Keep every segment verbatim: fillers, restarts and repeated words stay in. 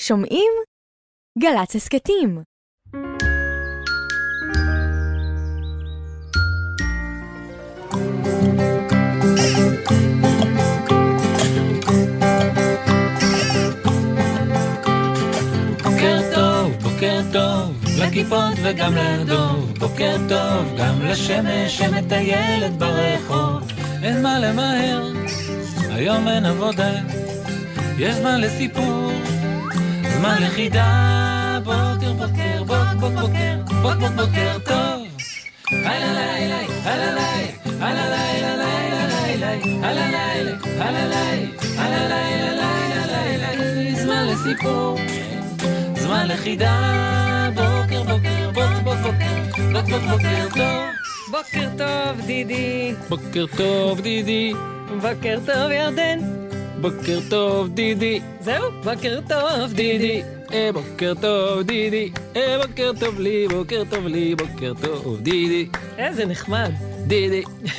שומעים? גל"צ הסכתים. בוקר טוב, בוקר טוב, לכיפות וגם לדוב. בוקר טוב, גם לשמש שמטיילת ברחוב. אין מה למהר, היום אין עבודה, יש זמן לסיפור, זמן לחידה. בוקר בוקר, בוק בוק בוקר, בוק בוק בוקר טוב. הלא לילה, הלא לילה, הלא לילה, לילה לילה, הלא לילה, הלא לילה, הלא לילה, לילה לילה. זמן לסיפור, זמן לחידה. בוקר בוקר, בוק בוק בוקר, בוק בוק בוקר טוב. בוקר טוב דידי. בוקר טוב דידי. בוקר טוב ירדן. בוקר טוב דידי. זהו, בוקר טוב דידי. אה בוקר טוב דידי. אה בוקר טוב לי, בוקר טוב לי, בוקר טוב דידי. איזה נחמד. דידי.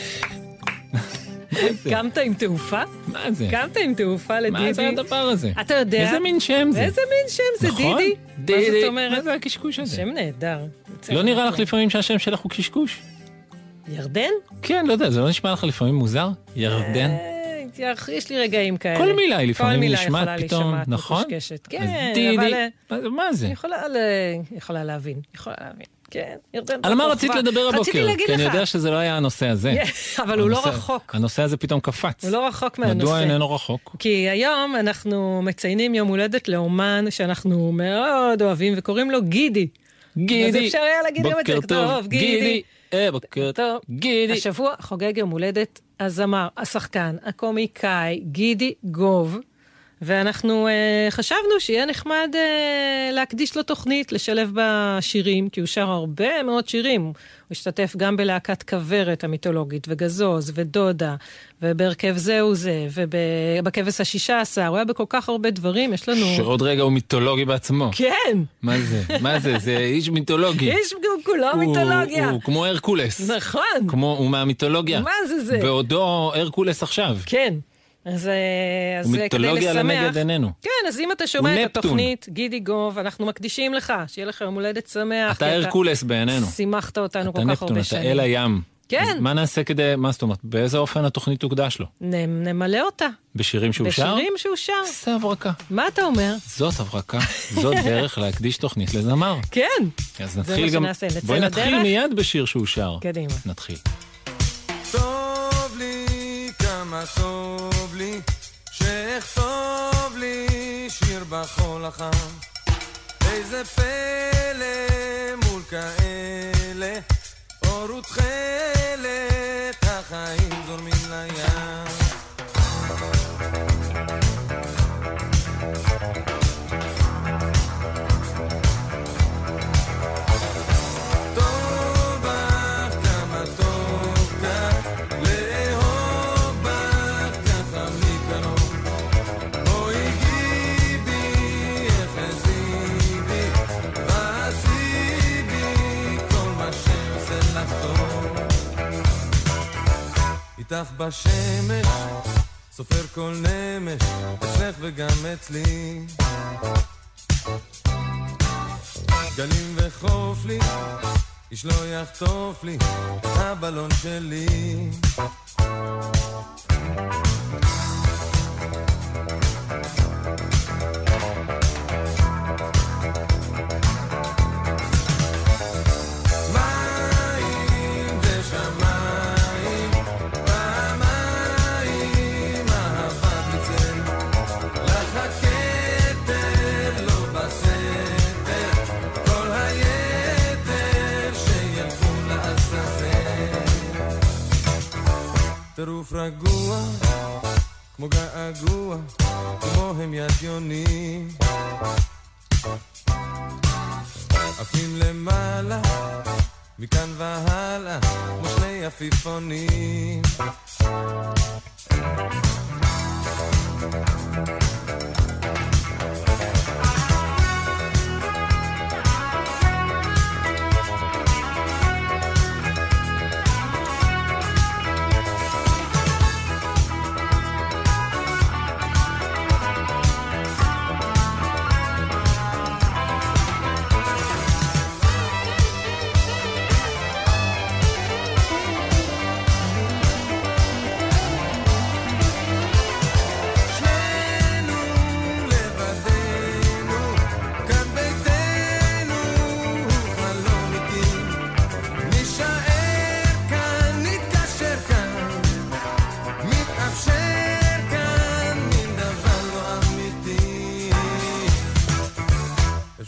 קמת עם תעופה? מה זה? קמת עם תעופה לדידי? מה זה הדבר הזה? אתה יודע? איזה מין שם זה? איזה מין שם זה נכון? דידי? דידי. מה זאת אומרת? מה זה הקשקוש הזה? שם נהדר. לא נראה לך לפעמים שהשם שלך הוא קשקוש? ירדן? כן, לא יודע, זה לא נשמע לך לפעמים מוזר? ירדן? יש לי רגעים כאלה. כל מילה היא לפעמים כל נשמעת מילה פתאום, יכולה להישמע נכון? מקושקשת. אז כן, דידי. אבל... מה זה? יכולה ל- יכולה להבין. יכולה להבין. כן, ירדן. על מה בטוח רצית בא. לדבר הבוקר? רציתי להגיד כי אני לך. יודע שזה לא היה הנושא הזה. אבל הוא לא הנושא- רחוק. הנושא הזה פתאום קפץ. הוא לא רחוק מהנושא. מדוע איננו רחוק? כי היום אנחנו מציינים יום הולדת לאומן שאנחנו מאוד אוהבים וקוראים לו גידי. גידי. אז אפשר היה להגיד גם את זה. בוקר טוב, גידי. אה, בוקר טוב. גידי. השבוע חוגג יום הולדת הזמר, השחקן, הקומיקאי, גידי גוב, ואנחנו uh, חשבנו שיהיה נחמד uh, להקדיש לו תוכנית, לשלב בשירים, כי הוא שר הרבה מאוד שירים. הוא השתתף גם בלהקת כברת המיתולוגית, וגזוז, ודודה, וברכב זהו זה, ובכבש השישה עשר, הוא היה בכל כך הרבה דברים, יש לנו... שעוד רגע הוא מיתולוגי בעצמו. כן! מה זה? מה זה? זה איש מיתולוגי. איש כולו מיתולוגיה. הוא כמו הרקולס. נכון. כמו, הוא מהמיתולוגיה. מה זה זה? בעודו הרקולס עכשיו. כן. אז, אז הוא כדי מיתולוגיה לשמח, לנגד עינינו. כן, אז אם אתה שומע הוא את נפטון. התוכנית, גידי גוב, אנחנו מקדישים לך, שיהיה לך יום הולדת שמח. אתה הרקולס בעינינו. שימחת אותנו אתה כל כך נפטון, הרבה אתה שנים. אל הים. כן. מה נעשה כדי, מה זאת אומרת, באיזה אופן התוכנית תוקדש לו? נ, נמלא אותה. בשירים שהוא שר? בשירים שהוא שר. זה הברקה. מה אתה אומר? זאת הברקה. זאת דרך להקדיש תוכנית לזמר. כן. אז נתחיל גם, שנעשה. נצא בואי נתחיל לדרך? מיד בשיר שהוא שר. קדימה. נתחיל. טוב לי, כמה טוב לי, שאכתוב לי שיר בחול החם. איזה פלא מול כאלה, אור ותכלת, החיים זורמים לים. טוב בך, כמה טוב כך, לאהוב בך ככה מקרוב. בואי גיבי, החזי בי, ועשי בי כל מה שעושה לך טוב. איתך בשמש, סופר כל נמש, אצלך וגם אצלי. גלים וחוף לי, איש לא יחטוף לי, הבלון שלי. מים ושמיים, במים אהבה מצל, לך הכתר לא בסתר, כל היתר שילכו לעזאזל. טירוף רגוע, כמו געגוע, כמו הם ידיונים, עפים למעלה, מכאן והלאה, כמו שני עפיפונים.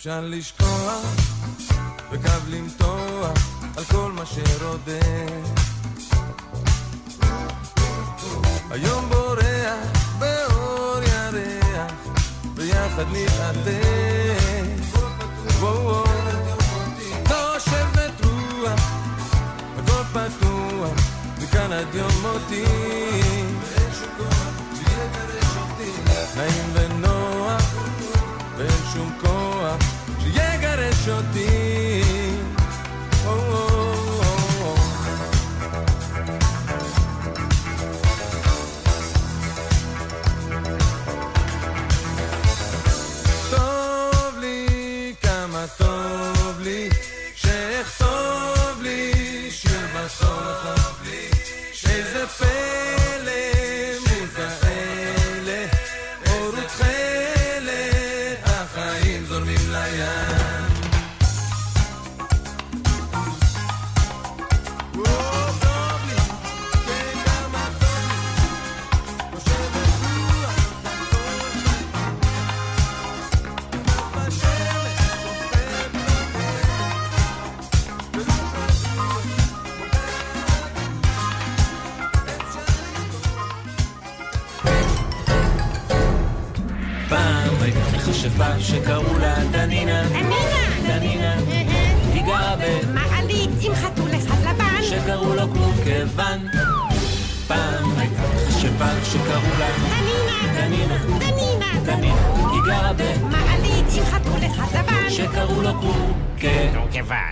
אפשר לשכוח וקו למתוח על כל מה שרודף. היום בורח באור ירח ביחד נתעטף. נושבת רוח הכל פתוח מכאן עד יום מותי. נעים ונוח ואין שום כוח שיגרש אותי. טוב לי כמה טוב לי שאכתוב לי שיר בסוף לי איזה פלא מוזה אלה אור ותכלת החיים זורמים לים. מכשפה שקראו לה דנינה. דנינה! דנינה. היא גרה במעלית עם חתול אחד לבן שקראו לו קורקוון. פעם הייתה מכשפה שקראו לה דנינה! דנינה. דנינה! דנינה. היא גרה במעלית עם חתול אחד לבן שקראו לו קורקוון.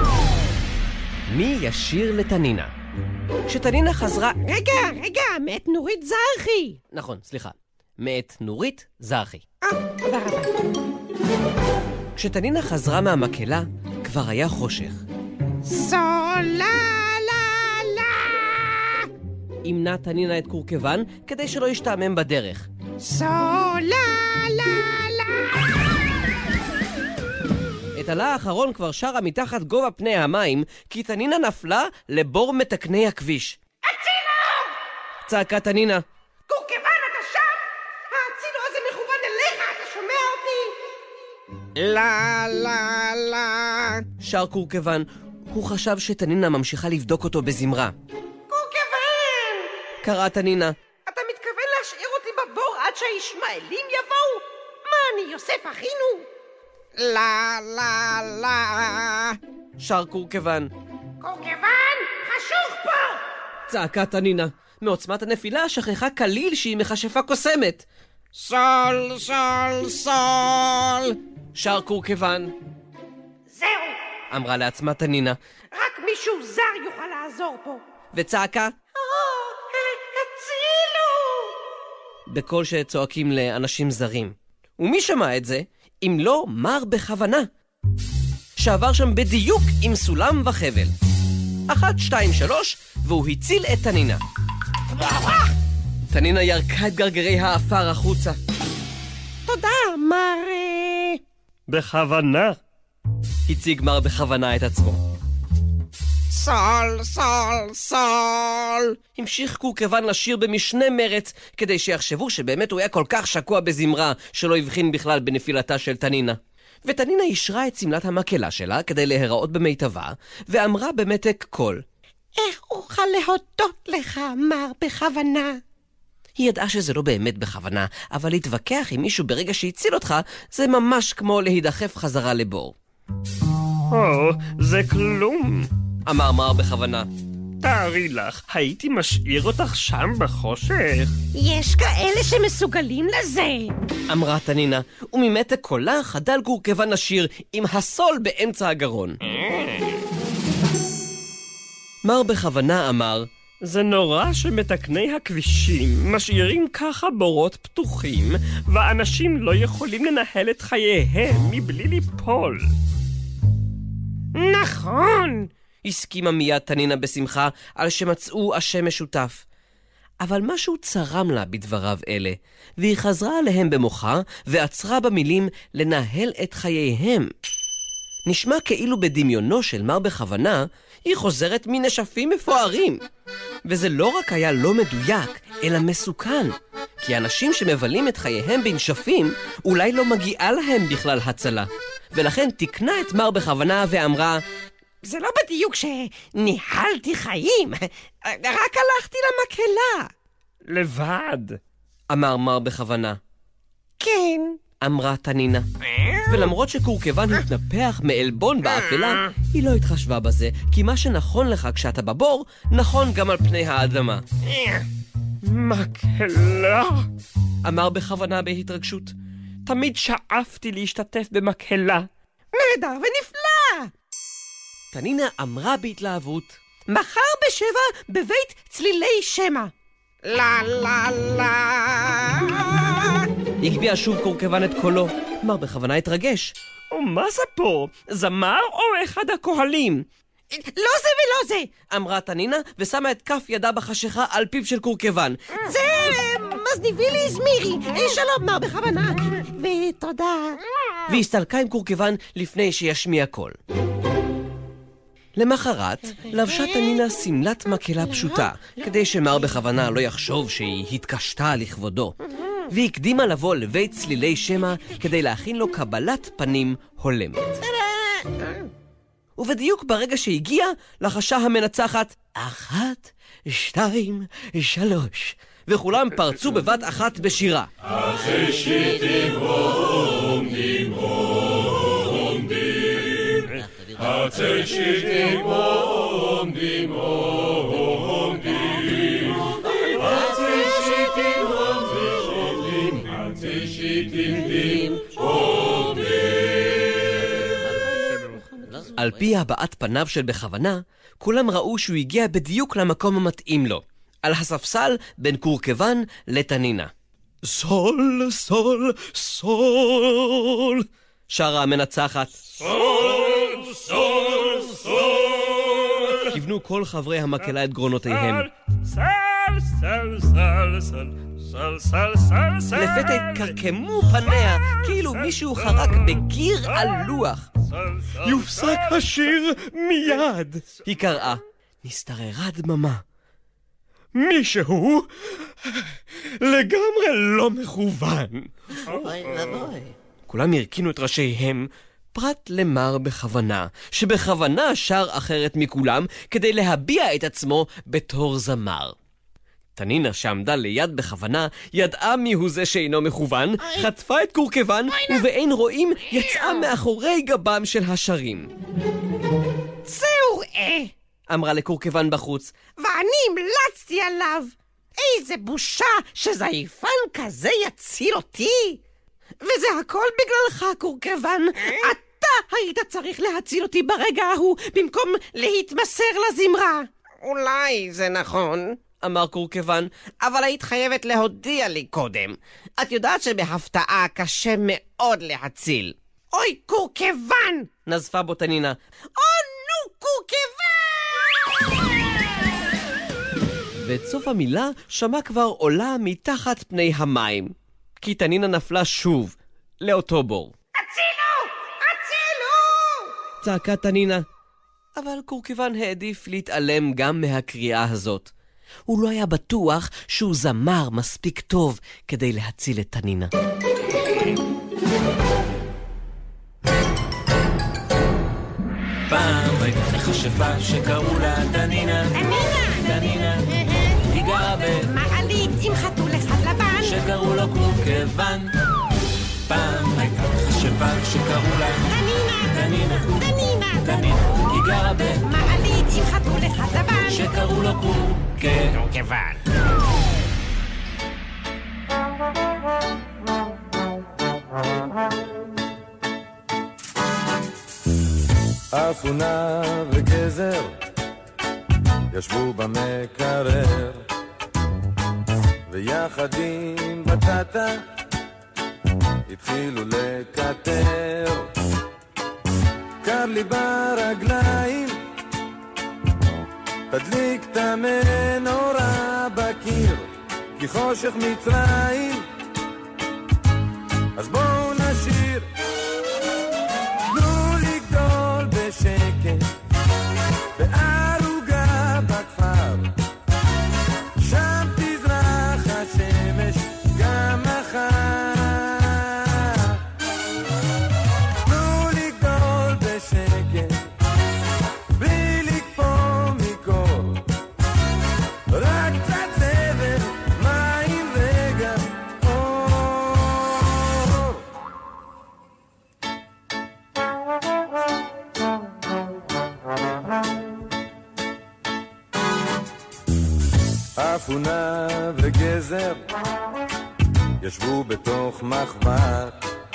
מי ישיר לתנינה? כשתנינה חזרה... רגע, רגע, מאת נורית זרחי. נכון, סליחה. מאת נורית זרחי. אה, תודה רבה. כשתנינה חזרה מהמקהלה, כבר היה חושך. סולה לה לה ימנע תנינה את קורקוון כדי שלא ישתעמם בדרך. סולה לה לה את הלה האחרון כבר שרה מתחת גובה פני המים, כי תנינה נפלה לבור מתקני הכביש. הצילו! צעקה תנינה. קורקוון, אתה שם? הצילו הזה מכוון אליך, אתה שומע אותי? לה לה לה שר קורקוון. הוא חשב שתנינה ממשיכה לבדוק אותו בזמרה. קורקוון! קראה תנינה. אתה מתכוון להשאיר אותי בבור עד שהישמעאלים יבואו? מה אני, יוסף אחינו? לה לה לה שר קורקוון. קורקוון, חשוך פה! צעקה תנינה. מעוצמת הנפילה שכחה כליל שהיא מכשפה קוסמת. סול סול סול שר קורקוון. זהו, אמרה לעצמה תנינה. רק מישהו זר יוכל לעזור פה. וצעקה הצילו! בקול שצועקים לאנשים זרים. ומי שמע את זה? אם לא מר בכוונה, שעבר שם בדיוק עם סולם וחבל. אחת, שתיים, שלוש, והוא הציל את תנינה. תנינה ירקה את גרגרי האפר החוצה. תודה, מר... בכוונה. הציג מר בכוונה את עצמו. סול, סול, סול. המשיך קורקוון לשיר במשנה מרץ, כדי שיחשבו שבאמת הוא היה כל כך שקוע בזמרה, שלא הבחין בכלל בנפילתה של תנינה. ותנינה ישרה את סמלת המקהלה שלה כדי להיראות במיטבה, ואמרה במתק קול. איך אוכל להודות לך, מר בכוונה? היא ידעה שזה לא באמת בכוונה, אבל להתווכח עם מישהו ברגע שהציל אותך, זה ממש כמו להידחף חזרה לבור. או, זה כלום. אמר מר בכוונה. תארי לך, הייתי משאיר אותך שם בחושך. יש כאלה שמסוגלים לזה. אמרה תנינה, וממתק קולה חדל קורקוון לשיר עם הסול באמצע הגרון. מר בכוונה אמר, זה נורא שמתקני הכבישים משאירים ככה בורות פתוחים, ואנשים לא יכולים לנהל את חייהם מבלי ליפול. נכון! הסכימה מיד תנינה בשמחה על שמצאו אשם משותף. אבל משהו צרם לה בדבריו אלה, והיא חזרה עליהם במוחה ועצרה במילים לנהל את חייהם. נשמע כאילו בדמיונו של מר בכוונה היא חוזרת מנשפים מפוארים. וזה לא רק היה לא מדויק, אלא מסוכן. כי אנשים שמבלים את חייהם בנשפים, אולי לא מגיעה להם בכלל הצלה. ולכן תקנה את מר בכוונה ואמרה, זה לא בדיוק שניהלתי חיים, רק הלכתי למקהלה. לבד. אמר מר בכוונה. כן. אמרה תנינה. ולמרות שקורקבן התנפח מעלבון באפלה, היא לא התחשבה בזה, כי מה שנכון לך כשאתה בבור, נכון גם על פני האדמה. מקהלה? אמר בכוונה בהתרגשות. תמיד שאפתי להשתתף במקהלה. נהדר ונפלא! תנינה אמרה בהתלהבות. מחר בשבע בבית צלילי שמע. לה לה לה. הגביע שוב קורקבן את קולו. מר בכוונה התרגש. ומה זה פה? זמר או אחד הכהלים? לא זה ולא זה! אמרה תנינה ושמה את כף ידה בחשיכה על פיו של קורקבן. זה מזניבילי זמירי. שלום מר בכוונה. ותודה. והסתלקה עם קורקבן לפני שישמיע קול. למחרת לבשה תנינה סמלת מקהלה פשוטה, כדי שמר בכוונה לא יחשוב שהיא התקשתה לכבודו. והיא הקדימה לבוא לבית צלילי שמע כדי להכין לו קבלת פנים הולמת. ובדיוק ברגע שהגיע, לחשה המנצחת, אחת, שתיים, שלוש, וכולם פרצו בבת אחת בשירה. אחרי שיטים עומדים עומדים, אחרי שיטים עומדים עומדים, אחרי שיטים עומדים, אחרי שיטים עומדים. על פי הבעת פניו של בכוונה, כולם ראו שהוא הגיע בדיוק למקום המתאים לו, על הספסל בין קורקבן לתנינה. סול, סול, סול, שרה המנצחת. סול, סול, סול. כיוונו כל חברי המקהלה את גרונותיהם. סל, סל, סל, סל, סל, סל, סל, סל. לפתע התקרקמו פניה, כאילו מישהו חרק בגיר על לוח. יופסק השיר מיד, היא קראה. נסתררה דממה. מישהו לגמרי לא מכוון. כולם הרקינו את ראשיהם, פרט למר בכוונה, שבכוונה שר אחרת מכולם כדי להביע את עצמו בתור זמר. תנינה שעמדה ליד בכוונה ידעה מיהו זה שאינו מכוון, חטפה את קורקבן ובאין רואים יצאה מאחורי גבם של השרים. זהו אה! אמרה לקורקבן בחוץ. ואני המלצתי עליו. איזה בושה שזייפן כזה יציל אותי. וזה הכל בגללך, קורקבן. אתה היית צריך להציל אותי ברגע ההוא במקום להתמסר לזמרה. אולי זה נכון, אמר קורקבן, אבל היית חייבת להודיע לי קודם. את יודעת שבהפתעה קשה מאוד להציל. אוי, קורקבן! נזפה בו תנינה. או נו, קורקבן! ואת סוף המילה שמע כבר עולה מתחת פני המים. כי תנינה נפלה שוב, לאותו בור. הצילו! הצילו! צעקה תנינה. אבל קורקבן העדיף להתעלם גם מהקריאה הזאת. הוא לא היה בטוח שהוא זמר מספיק טוב כדי להציל את תנינה. פעם הייתה מכשפה שקראו לה תנינה. תנינה! תנינה. היא גרה במעלית עם חתול אחד לבן שקראו לו קורקבן. פעם הייתה מכשפה שקראו לה תנינה! תנינה. תנינה! תנינה. היא גרה במעלית עם חתול אחד לבן שקראו לו קורקבן. אפונה וגזר ישבו במקרר, ויחד עם בטטה התחילו לקטר. קר לי ברגליים, תדליק את המנורה בקיר, כי חושך מצרים. אז בואו נשיר, תנו לגדול בשקט, ואז אפונה וגזר ישבו בתוך מחווה,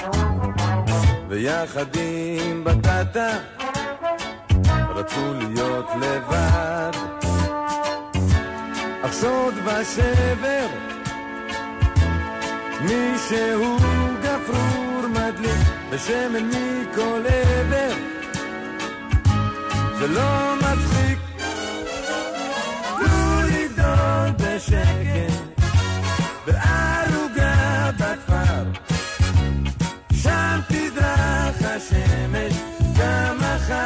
ויחד עם בטטה רצו להיות לבד. אך שוד ושבר מישהו גפרור מדליק בשמן מכל עבר, זה לא מצחיק. תנו לגדול בשקט בערוגה בכפר, שם תזרח השמש גם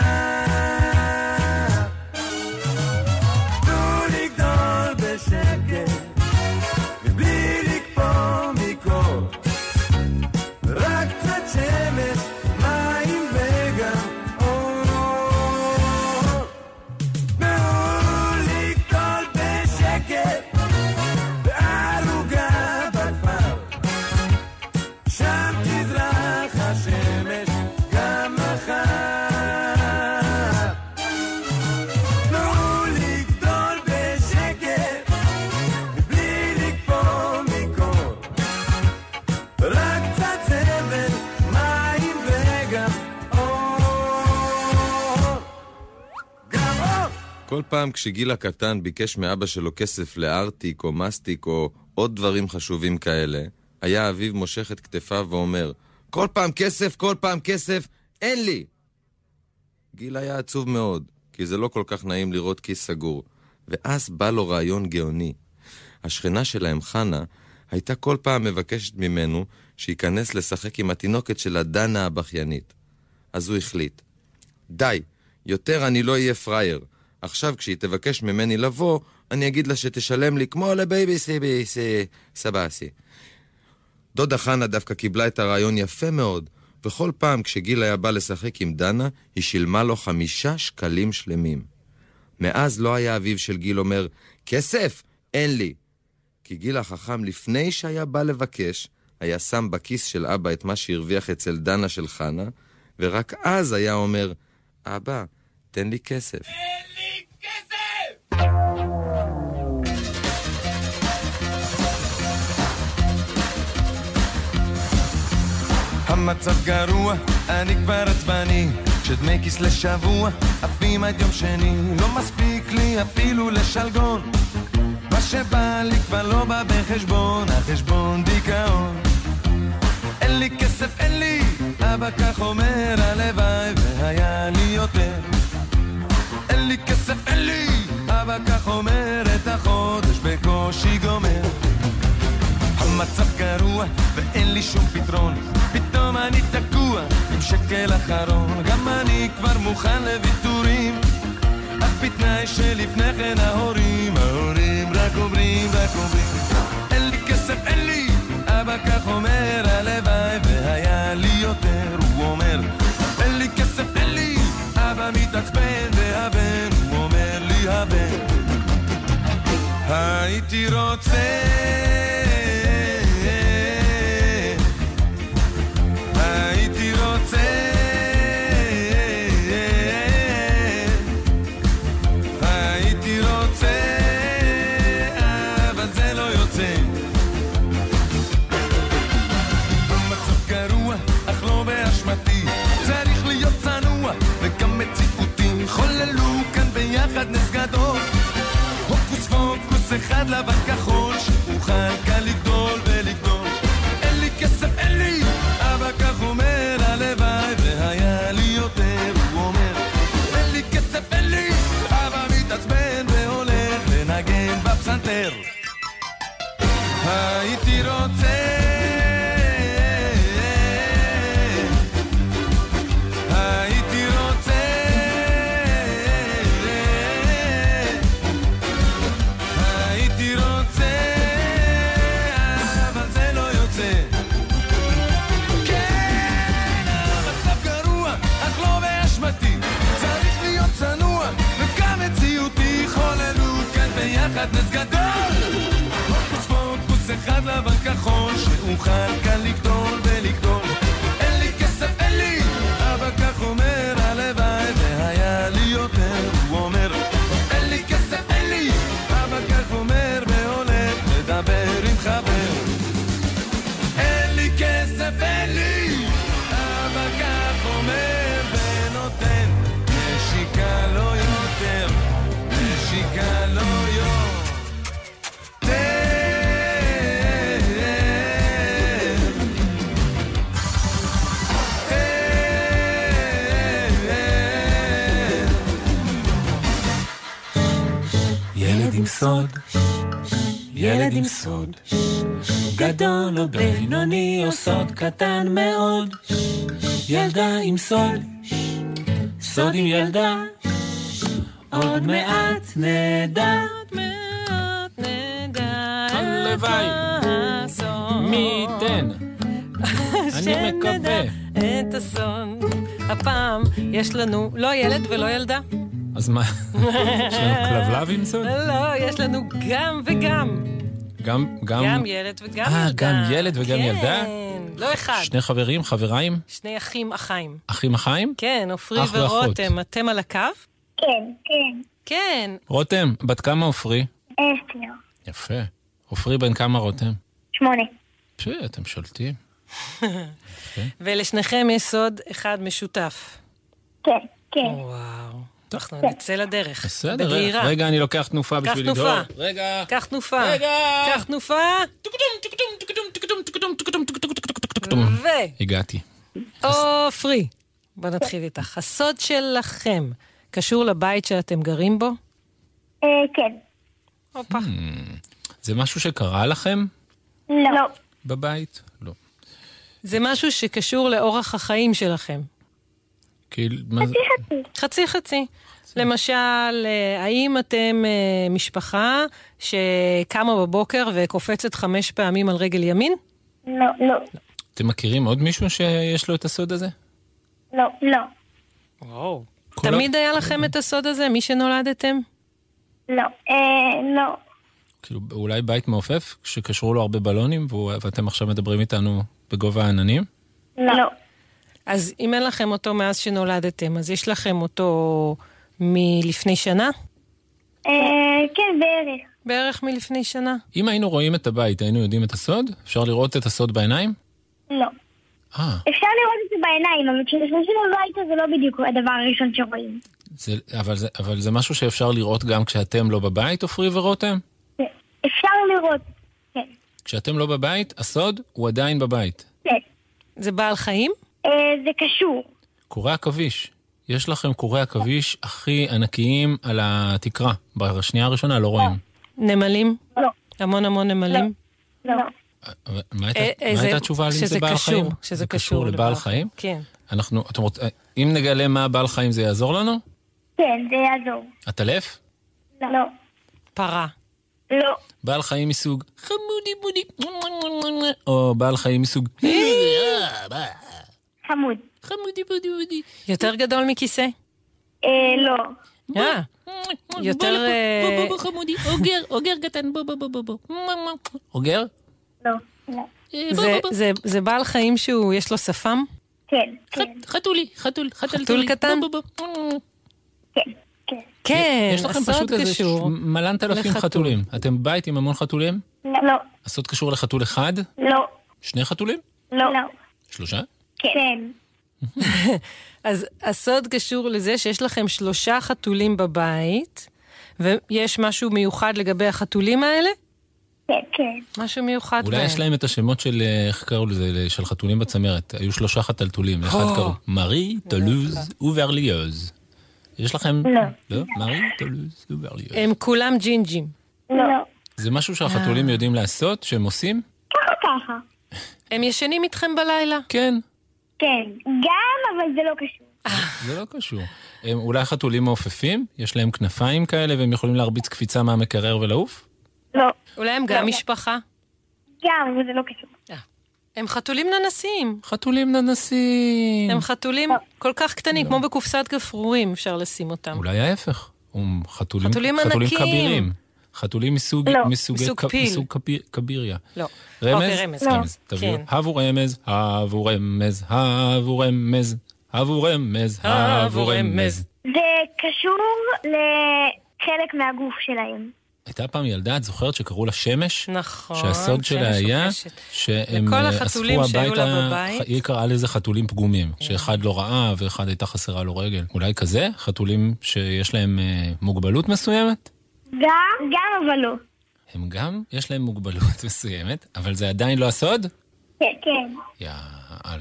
מחר. תנו לגדול בשקט מבלי לקפוא מקור, רק קצת שמש, מים וגם אור. תנו לגדול בשקט בערוגה בכפר, שם תזרח השמש גם מחר. תנו לגדול בשקט מבלי לקפוא מקור, רק קצת זבל, מים וגם אור. גם אור. כל פעם כשגיל הקטן ביקש מאבא שלו כסף לארטיק או מסטיק או עוד דברים חשובים כאלה, היה אביו מושך את כתפיו ואומר, כל פעם כסף, כל פעם כסף, אין לי. גיל היה עצוב מאוד, כי זה לא כל כך נעים לראות כיס סגור, ואז בא לו רעיון גאוני. השכנה שלהם, חנה, הייתה כל פעם מבקשת ממנו שייכנס לשחק עם התינוקת שלה, דנה הבכיינית. אז הוא החליט, די, יותר אני לא אהיה פרייר. עכשיו כשהיא תבקש ממני לבוא, אני אגיד לה שתשלם לי כמו לבייבי סי סבאסי. דודה חנה דווקא קיבלה את הרעיון יפה מאוד, וכל פעם כשגיל היה בא לשחק עם דנה, היא שילמה לו חמישה שקלים שלמים. מאז לא היה אביו של גיל אומר, כסף, אין לי. כי גיל החכם לפני שהיה בא לבקש, היה שם בכיס של אבא את מה שהרוויח אצל דנה של חנה, ורק אז היה אומר, אבא, תן לי כסף. אין לי כסף! המצב גרוע, אני כבר עצבני, כשדמי כיס לשבוע, עפים עד יום שני, לא מספיק לי אפילו לשלגון, מה שבא לי כבר לא בא בחשבון, החשבון דיכאון. אין לי כסף, אין לי, אבא כך אומר, הלוואי והיה לי יותר. אין לי כסף, אין לי, אבא כך אומר, את החודש בקושי גומר. המצב גרוע ואין לי שום פתרון, פתאום אני תקוע עם שקל אחרון, גם אני כבר מוכן לוויתורים, אך בתנאי שלפני כן ההורים, ההורים רק אומרים, רק אומרים, אין לי כסף, אין לי, אבא כך אומר, הלוואי והיה לי יותר. הוא אומר, אין לי כסף, אין לי, אבא מתעצבן, והבן, הוא אומר לי הבן, הייתי רוצה, הייתי רוצה, הייתי רוצה, אבל זה לא יוצא. המצב גרוע, אך לא באשמתי, צריך להיות צנוע וגם מציאותי, חוללו כאן ביחד נס גדול, הוקוס פוקוס אחד לבן כחול, שאוכל כאן לגדול ולגדול. אין לי כסף, אין לי, אבא כך אומר, הלוואי והיה לי יותר. הוא אומר, אין לי כסף, אין לי, אבא מתעצבן והולך לנגן בפסנתר. הייתי רוצה, הייתי רוצה, הייתי רוצה, סוד, ילד עם סוד, גדול או בינוני או סוד קטן מאוד, ילדה עם סוד, סוד עם ילדה, עוד מעט נדע, עוד מעט נדע, הלוואי, מי ייתן, אני מקווה. את הסוד. הפעם יש לנו לא ילד ולא ילדה. אז מה? יש לנו כלבלב עם סוד? לא, יש לנו גם וגם. גם, גם... גם ילד וגם 아, ילדה. גם ילד וגם כן, ילדה? לא אחד. שני חברים, חבריים? שני אחים, אחיים. אחים אחיים? כן, עופרי אח ואחות. ורותם, אתם על הקו? כן, כן. כן. רותם, בת כמה עופרי? עשר. יפה. עופרי בן כמה רותם? שמונה. פי, אתם שולטים. ולשניכם יש סוד אחד משותף. כן, כן. וואו. אנחנו נצא לדרך. בסדר, בגרירה. רגע, אני לוקח תנופה קח בשביל תנופה. לדהור. רגע. קח תנופה. רגע. קח תנופה. ו... הגעתי. עופרי, בוא נתחיל איתך. הסוד שלכם קשור לבית שאתם גרים בו? אה, כן. הופה. זה משהו שקרה לכם לא. בבית? לא. זה משהו שקשור לאורח החיים שלכם? כאילו, מה זה? חצי חצי. למשל, אה, האם אתם אה, משפחה שקמה בבוקר וקופצת חמש פעמים על רגל ימין? לא, לא. אתם מכירים עוד מישהו שיש לו את הסוד הזה? לא, לא. וואו. כל תמיד ה- היה לכם את הסוד הזה, מי שנולדתם? לא. אה, לא. כאילו, אולי בית מעופף שקשרו לו הרבה בלונים והוא- ואתם עכשיו מדברים איתנו בגובה העננים? לא. אז אם אין לכם אותו מאז שנולדתם, אז יש לכם אותו מלפני שנה? אה, כן, בערך. בערך מלפני שנה. אם היינו רואים את הבית, היינו יודעים את הסוד? אפשר לראות את הסוד בעיניים? לא. אה, אפשר לראות את זה בעיניים, אבל כשנכנסים הביתה זה לא בדיוק הדבר הראשון שרואים. זה, אבל, זה, אבל זה משהו שאפשר לראות גם כשאתם לא בבית, עופרי ורותם? אפשר לראות. כן. כשאתם לא בבית, הסוד הוא עדיין בבית. כן. זה בעל חיים? אה, זה קשור. קורי עכביש. יש לכם קורי עכביש הכי ענקיים על התקרה. בשנייה הראשונה לא רואים. נמלים? לא. המון המון נמלים? לא. אבל מה הייתה- אה, מה אה, זה- הייתה התשובה על אם שזה זה בעל קשור, חיים? שזה זה קשור קשור לבעל חיים? כן. אנחנו, אתם רוצים, אם נגלה מה בעל חיים זה יעזור לנו? כן, זה יעזור. עטלף? לא. פרה. לא. בעל חיים מסוג חמודי בודי, או בעל חיים מסוג חמוד. חמודי בודי בודי. יותר גדול מכיסא? אה, לא. אה, יותר... אה, בוא בוא בוא חמודי, אוגר, אוגר קטן, בוא בוא בוא בוא בוא. אוגר? לא. לא. זה- זה- זה בעל חיים שהוא, יש לו שפם? כן, כן. חתולי, חתול, חתול קטן? בוא בוא בוא. כן, כן. כן, יש לכם הסוד פשוט איזה קשור. מלנת אלפים לחתול. חתולים. אתם בית עם המון חתולים? לא. הסוד קשור לחתול אחד? לא. שני חתולים? לא. שלושה? כן. אז הסוד קשור לזה שיש לכם שלושה חתולים בבית, ויש משהו מיוחד לגבי החתולים האלה? כן, כן. משהו מיוחד אולי בהם. יש להם את השמות של, אה, איך קראו לזה, של חתולים בצמרת. היו שלושה חתלתולים, אחד או. קראו מארי, טולוז וברליוז. יש לכם? לא. לא? מארי, טולוז וברליוז. הם כולם ג'ינג'ים. לא. זה משהו שהחתולים יודעים לעשות, שהם עושים? ככה ככה. הם ישנים איתכם בלילה? כן, כן. גם, אבל זה לא קשור. זה לא קשור. הם אולי חתולים מעופפים? יש להם כנפיים כאלה והם יכולים להרביץ קפיצה מהמקרר ולעוף? לא. אולי הם גם משפחה? גם, אבל זה לא קשור. הם חתולים ננסים. חתולים ננסים. הם חתולים כל כך קטנים, כמו בקופסת גפרורים אפשר לשים אותם. אולי ההפך. הם חתולים, חתולים חתולים ענקים. כבירים. חתולים מסוג, לא, מסוגי, מסוג ק- פיל. מסוג קבי- קביריה. לא. רמז? אוקיי, רמז. לא. רמז. תביאו. כן. הבו רמז, הבו רמז, הבו רמז, הבו רמז, הבו רמז. זה קשור לחלק מהגוף שלהם. הייתה פעם ילדה, את זוכרת שקראו לה שמש? נכון. שהסוד שלה שמש היה וקשת. שהם לכל אה, החתולים אספו שהיו לה הביתה, בבית. היא קראה לזה חתולים פגומים, שאחד לא ראה ואחד הייתה חסרה לו רגל. אולי כזה? חתולים שיש להם אה, מוגבלות מסוימת? גם, גם, אבל לא. הם גם, יש להם מוגבלות מסוימת, אבל זה עדיין לא הסוד? כן, כן. יאללה.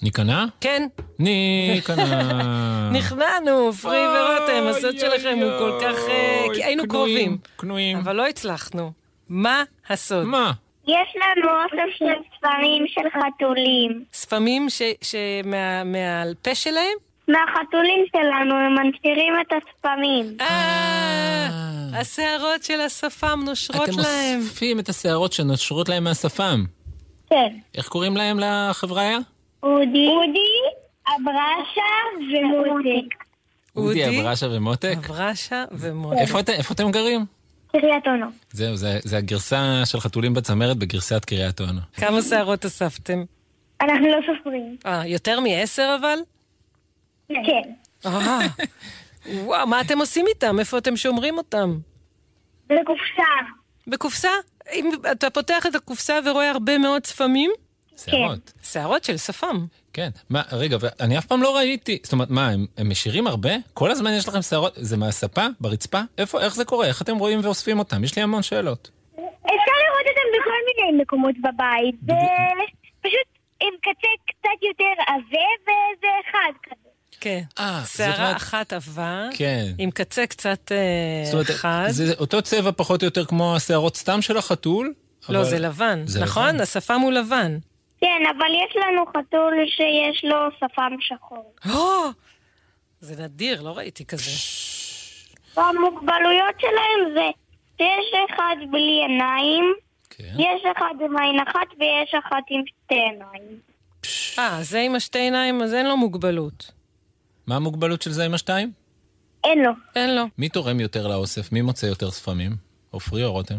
ניקנה? כן. ניקנה. נכנענו, פרי ורותם, הסוד שלכם הוא כל כך... כי היינו קרובים. קנויים. אבל לא הצלחנו. מה הסוד? מה? יש לנו אוסף של ספרים של חתולים. ספמים מהפה שלהם? מהחתולים שלנו, הם מנשירים את הספמים. אה, השערות של השפם נושרות להם. אתם אוספים את השערות שנושרות להם מהשפם. כן. איך קוראים להם לחבריה? אודי, אודי, אברשה ומותק. אודי, אברשה ומותק? אברשה ומותק. איפה אתם גרים? קריית אונו. זהו, זה הגרסה של חתולים בצמרת בגרסת קריית אונו. כמה שערות אספתם? אנחנו לא סופרים. אה, יותר מעשר אבל? כן. אה, וואו, מה אתם עושים איתם? איפה אתם שומרים אותם? בקופסה. בקופסה? אם אתה פותח את הקופסה ורואה הרבה מאוד ספמים? שערות. שערות של שפם. כן. מה, רגע, אני אף פעם לא ראיתי. זאת אומרת, מה, הם, הם משירים הרבה? כל הזמן יש לכם שערות? זה מהספה? ברצפה? איפה, איך זה קורה? איך אתם רואים ואוספים אותם? יש לי המון שאלות. אפשר לראות אותם בכל מיני מקומות בבית. ופשוט עם קצה קצת יותר עבה וזה אחד כזה. כן. שערה אחת עבה. כן. עם קצה קצת אחד. זה אותו צבע פחות או יותר כמו השערות סתם של החתול? לא, זה לבן. נכון? השפם הוא לבן. כן, אבל יש לנו חתול שיש לו שפם שחור. זה נדיר, לא ראיתי כזה. והמוגבלויות שלהם זה שיש אחד בלי עיניים, יש אחד עם עין אחת ויש אחד עם שתי עיניים. אה, זה עם השתי עיניים, אז אין לו מוגבלות. מה המוגבלות של זה עם השתיים? אין לו. אין לו. מי תורם יותר לאוסף? מי מוצא יותר ספמים? עופרי או רותם?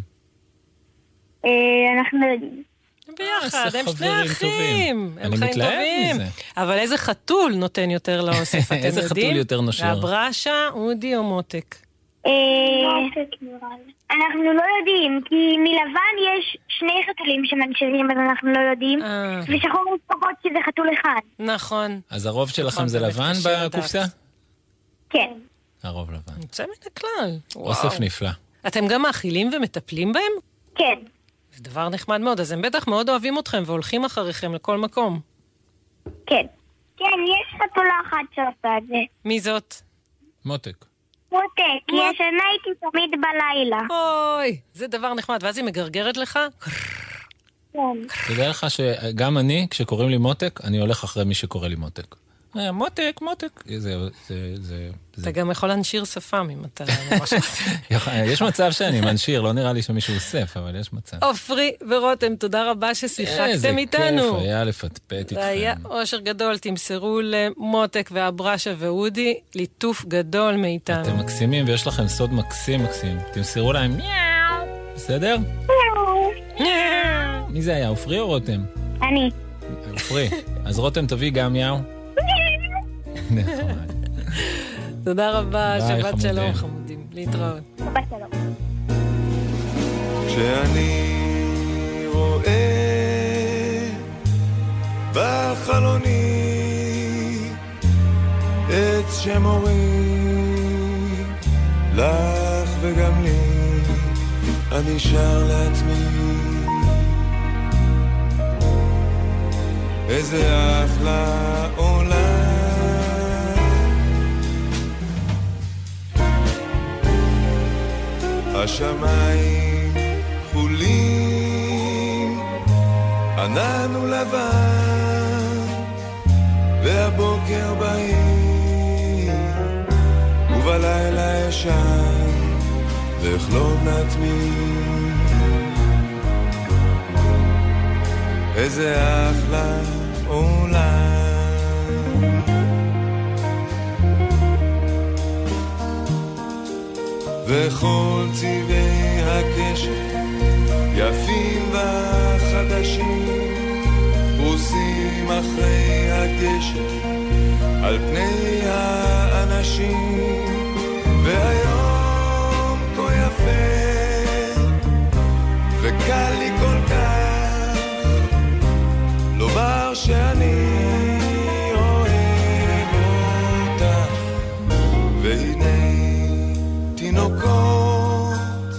אנחנו יודעים. ביחד, הם שני אחים. אני מתלהב מזה. אבל איזה חתול נותן יותר לאוסף, אתם יודעים? איזה חתול יותר נושר? אברשה, אודי או מותק? מותק נראה לי. אנחנו לא יודעים, כי מלבן יש שני חתולים שמנשרים, אז אנחנו לא יודעים. ושחור משפחות שזה חתול אחד. נכון. אז הרוב שלכם זה לבן בקופסה? כן. הרוב לבן. יוצא מן הכלל. אוסף נפלא. אתם גם מאכילים ומטפלים בהם? כן. זה דבר נחמד מאוד, אז הם בטח מאוד אוהבים אתכם והולכים אחריכם לכל מקום. כן. כן, יש חתולה אחת שעושה את זה. מי זאת? מותק. מותק, היא ישנה איתי תמיד בלילה. אוי, זה דבר נחמד, ואז היא מגרגרת לך? כן. תדע לך שגם אני, כשקוראים לי מותק, אני הולך אחרי מי שקורא לי מותק. מותק, מותק. זה, זה, זה... אתה גם יכול להנשיר שפם אם אתה ממש... יש מצב שאני מנשיר, לא נראה לי שמישהו אוסף, אבל יש מצב. עופרי ורותם, תודה רבה ששיחקתם איתנו. איזה כיף, היה לפטפט איתכם. זה היה אושר גדול, תמסרו למותק ואברשה ואודי, ליטוף גדול מאיתנו. אתם מקסימים ויש לכם סוד מקסים מקסים. תמסרו להם מיאו. בסדר? מיאו. מי זה היה, עופרי או רותם? אני. עופרי. אז רותם תביא גם מיאו. תודה רבה, שבת שלום חמודים, להתראות. שבת שלום. כשאני רואה בחלוני עץ שמורים לך וגם לי, אני שר לעצמי איזה אחלה עולם. השמיים חולים, ענן ולבן, והבוקר בהיר, ובלילה ישן, ואחלום לעצמי איזה אחלה עולם. וכל צבעי הקשת יפים וחדשים פרוסים אחרי הגשת על פני האנשים, והיום כה יפה וקל לי כל כך לומר שאני אוהב אותך, והנה תינוקות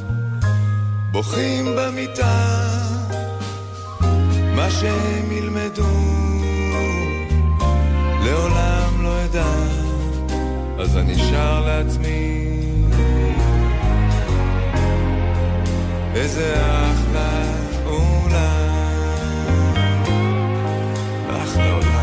בוכים במיטה, מה שהם ילמדו שר לעצמי איזה אחלה עולם, אחלה עולם.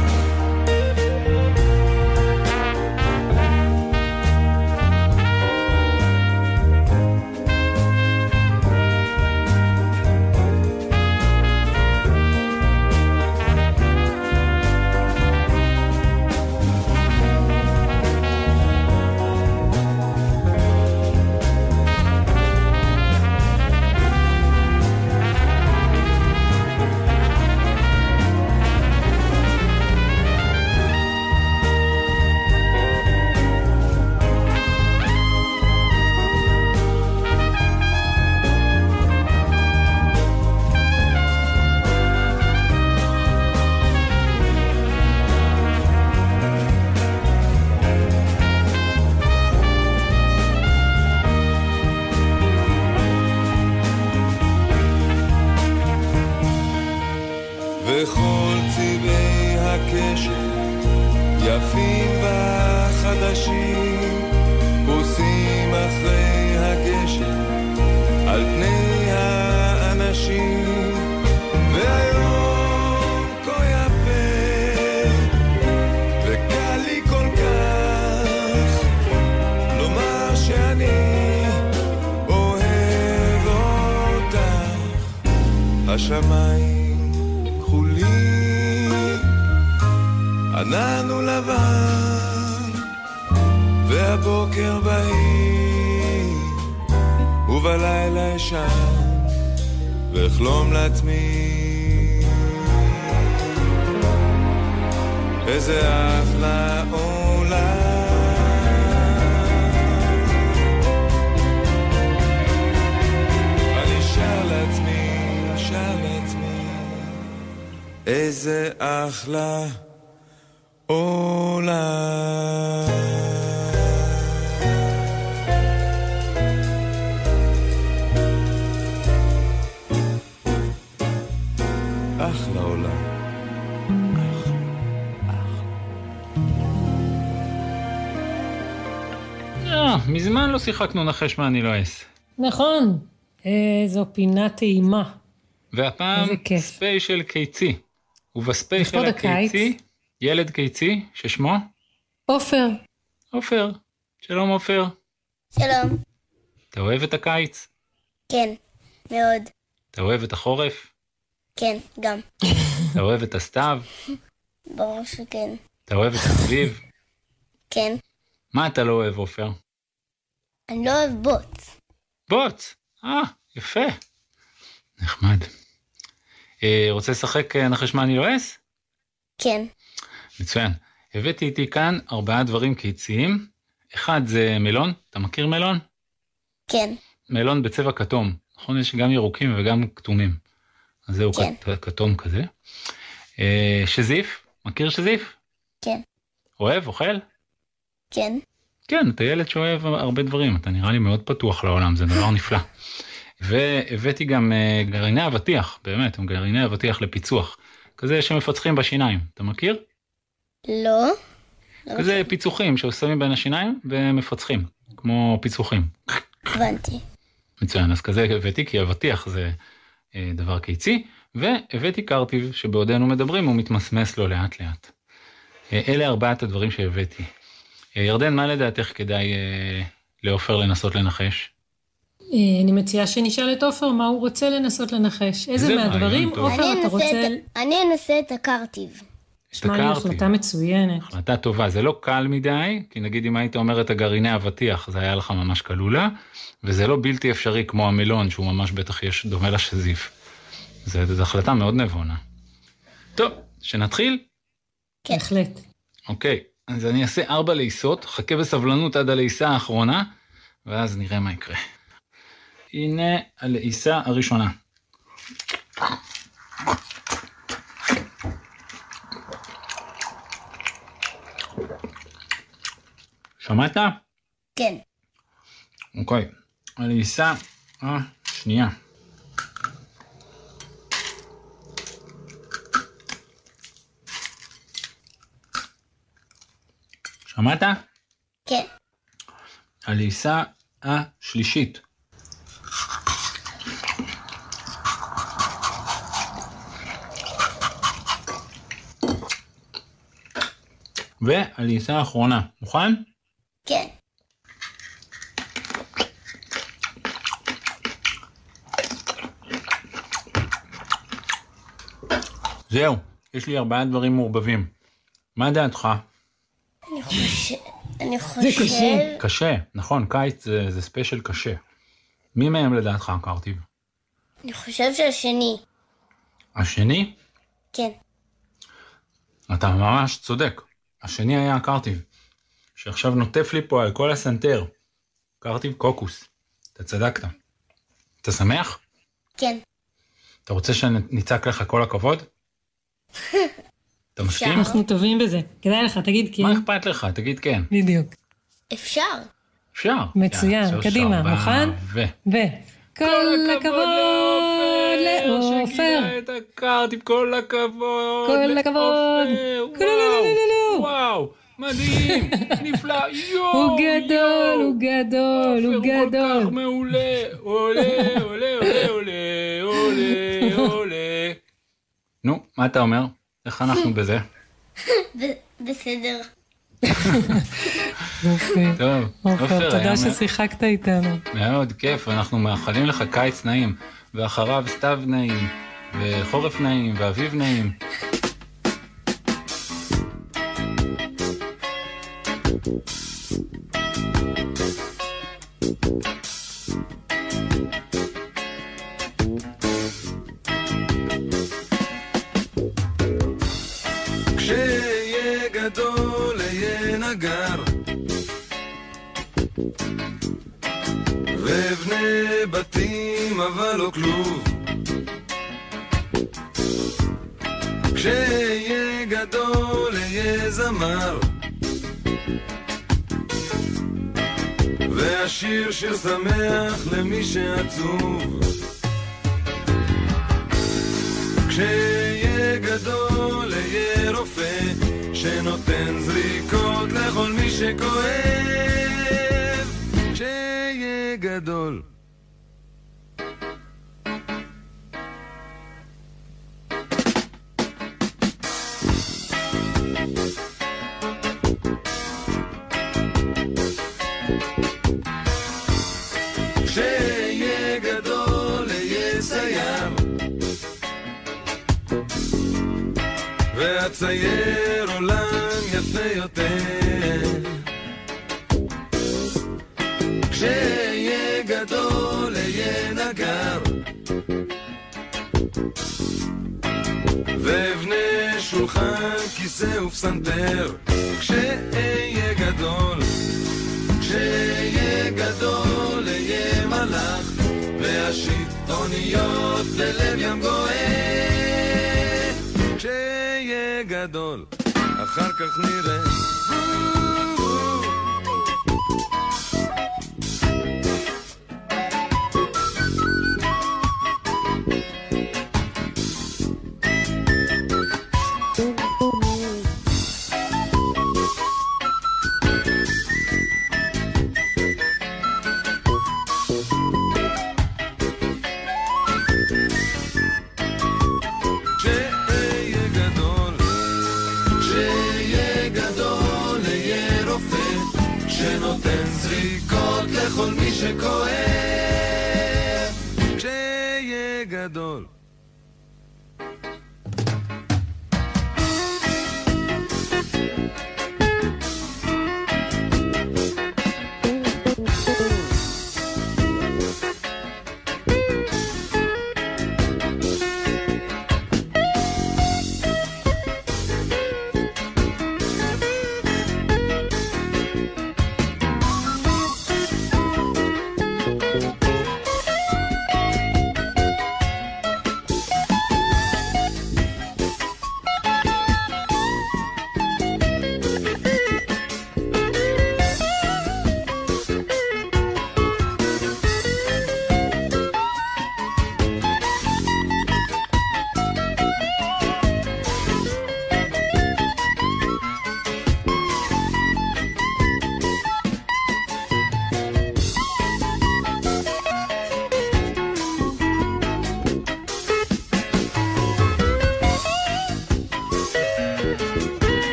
וכל צבעי הקשת יפים וחדשים פוסים אחרי הגשם על פני האנשים, והיום כה יפה וקל לי כל כך לומר שאני אוהב אותך. השמיים עננו לבן והבוקר בהיר ובלילה אשן ואחלום לעצמי איזה אחלה עולם. אני שר לעצמי, שר לעצמי איזה אחלה עולם. אחלה עולם. אה, מזמן לא שיחקנו נחש מה אני לא אעשה. נכון, זו פינה טעימה. והפעם ספיישל קיצי. ובספיישל הקיצי ילד קיצי ששמו? עופר. עופר. שלום עופר. שלום. אתה אוהב את הקיץ? כן, מאוד. אתה אוהב את החורף? כן, גם. אתה אוהב את הסתיו? ברור שכן. אתה אוהב את האביב? כן. מה אתה לא אוהב עופר? אני לא אוהב בוץ. בוץ? אה, יפה. נחמד. אה, רוצה לשחק נחש מה אני לועס? כן. מצוין. הבאתי איתי כאן ארבעה דברים קיציים. אחד זה מלון. אתה מכיר מלון? כן. מלון בצבע כתום. נכון, יש גם ירוקים וגם כתומים. אז זהו כן. כתום כזה. אה, שזיף. מכיר שזיף? כן. אוהב? אוכל? כן. כן, אתה ילד שאוהב הרבה דברים. אתה נראה לי מאוד פתוח לעולם. זה דבר נפלא. והבאתי גם uh, גרעיני אבטיח, באמת, הם גרעיני אבטיח לפיצוח. כזה שמפצחים בשיניים. אתה מכיר? לא. כזה לא פיצוחים ששמים בין השיניים ומפצחים, כמו פיצוחים. הבנתי. מצוין, אז כזה הבאתי, כי אבטיח זה uh, דבר קיצי, והבאתי קרטיב שבעודנו מדברים הוא מתמסמס לו לאט לאט. Uh, אלה ארבעת הדברים שהבאתי. Uh, ירדן, מה לדעתך כדאי uh, לעופר לנסות לנחש? אני מציעה שנשאל את עופר מה הוא רוצה לנסות לנחש. איזה מהדברים עופר אתה רוצה? אני אנסה את הקרטיב. שמע לי החלטה מצוינת. החלטה טובה, זה לא קל מדי, כי נגיד אם היית אומר את הגרעיני אבטיח, זה היה לך ממש קלולה, וזה לא בלתי אפשרי כמו המלון, שהוא ממש בטח יש דומה לשזיף. זו החלטה מאוד נבונה. טוב, שנתחיל? כן. בהחלט. אוקיי, אז אני אעשה ארבע לעיסות, חכה בסבלנות עד הלעיסה האחרונה, ואז נראה מה יקרה. הנה הלעיסה הראשונה. שמעת? כן. אוקיי, הלעיסה השנייה. שמעת? כן. הליסה השלישית. והליסה האחרונה. מוכן? כן. זהו, יש לי ארבעה דברים מעורבבים. מה דעתך? אני חושב... אני חושב... זה קשה. קשה, נכון, קיץ זה, זה ספיישל קשה. מי מהם לדעתך, קרטיב? אני חושב שהשני. השני? כן. אתה ממש צודק. השני היה קרטיב, שעכשיו נוטף לי פה על כל הסנטר. קרטיב קוקוס. אתה צדקת. אתה שמח? כן. אתה רוצה שניצק לך כל הכבוד? אתה מסכים? אנחנו טובים בזה. כדאי לך, תגיד כן. מה אכפת לך? תגיד כן. בדיוק. אפשר. אפשר. מצוין, קדימה, מוכן? ו... ו... כל הכבוד לעופר. שגילה את הקרטיב, כל הכבוד כל הכבוד. וואו, וואו, מדהים, נפלא, יואו. הוא גדול, הוא גדול, הוא גדול. עופר הוא כל כך מעולה, עולה, עולה, עולה, עולה, עולה, עולה. נו, מה אתה אומר? איך אנחנו בזה? בסדר. טוב, עופר, תודה ששיחקת איתנו. מאוד כיף, אנחנו מאחלים לך קיץ נעים, ואחריו סתיו נעים, וחורף נעים, ואביב נעים. כשיהיה גדול יהיה נגר ובני בתים אבל לא כלוב כשיהיה גדול יהיה זמר והשיר שיר שמח למי שעצוב כשיהיה גדול יהיה רופא שנותן זריקות לכל מי שכואב כשיהיה גדול כשיהיה גדול יהיה סייר והצייר עולם יפה יותר כשיהיה גדול יהיה נגר ובני שולחן כיסא ופסנתר כשיהיה גדול כשיהיה גדול יהיה מלאך והשיט אוניות ללב ים גואל כשיהיה גדול אחר כך נראה לכל מי שכואב כשיהיה גדול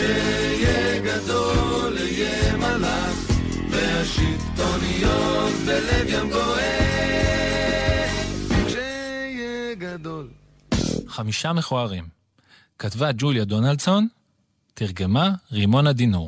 כשיהיה גדול יהיה מלאך, והשלטוניות בלב ים גועש, כשיהיה גדול. חמישה מכוערים. כתבה ג'וליה דונלדסון, תרגמה רימונה דינור.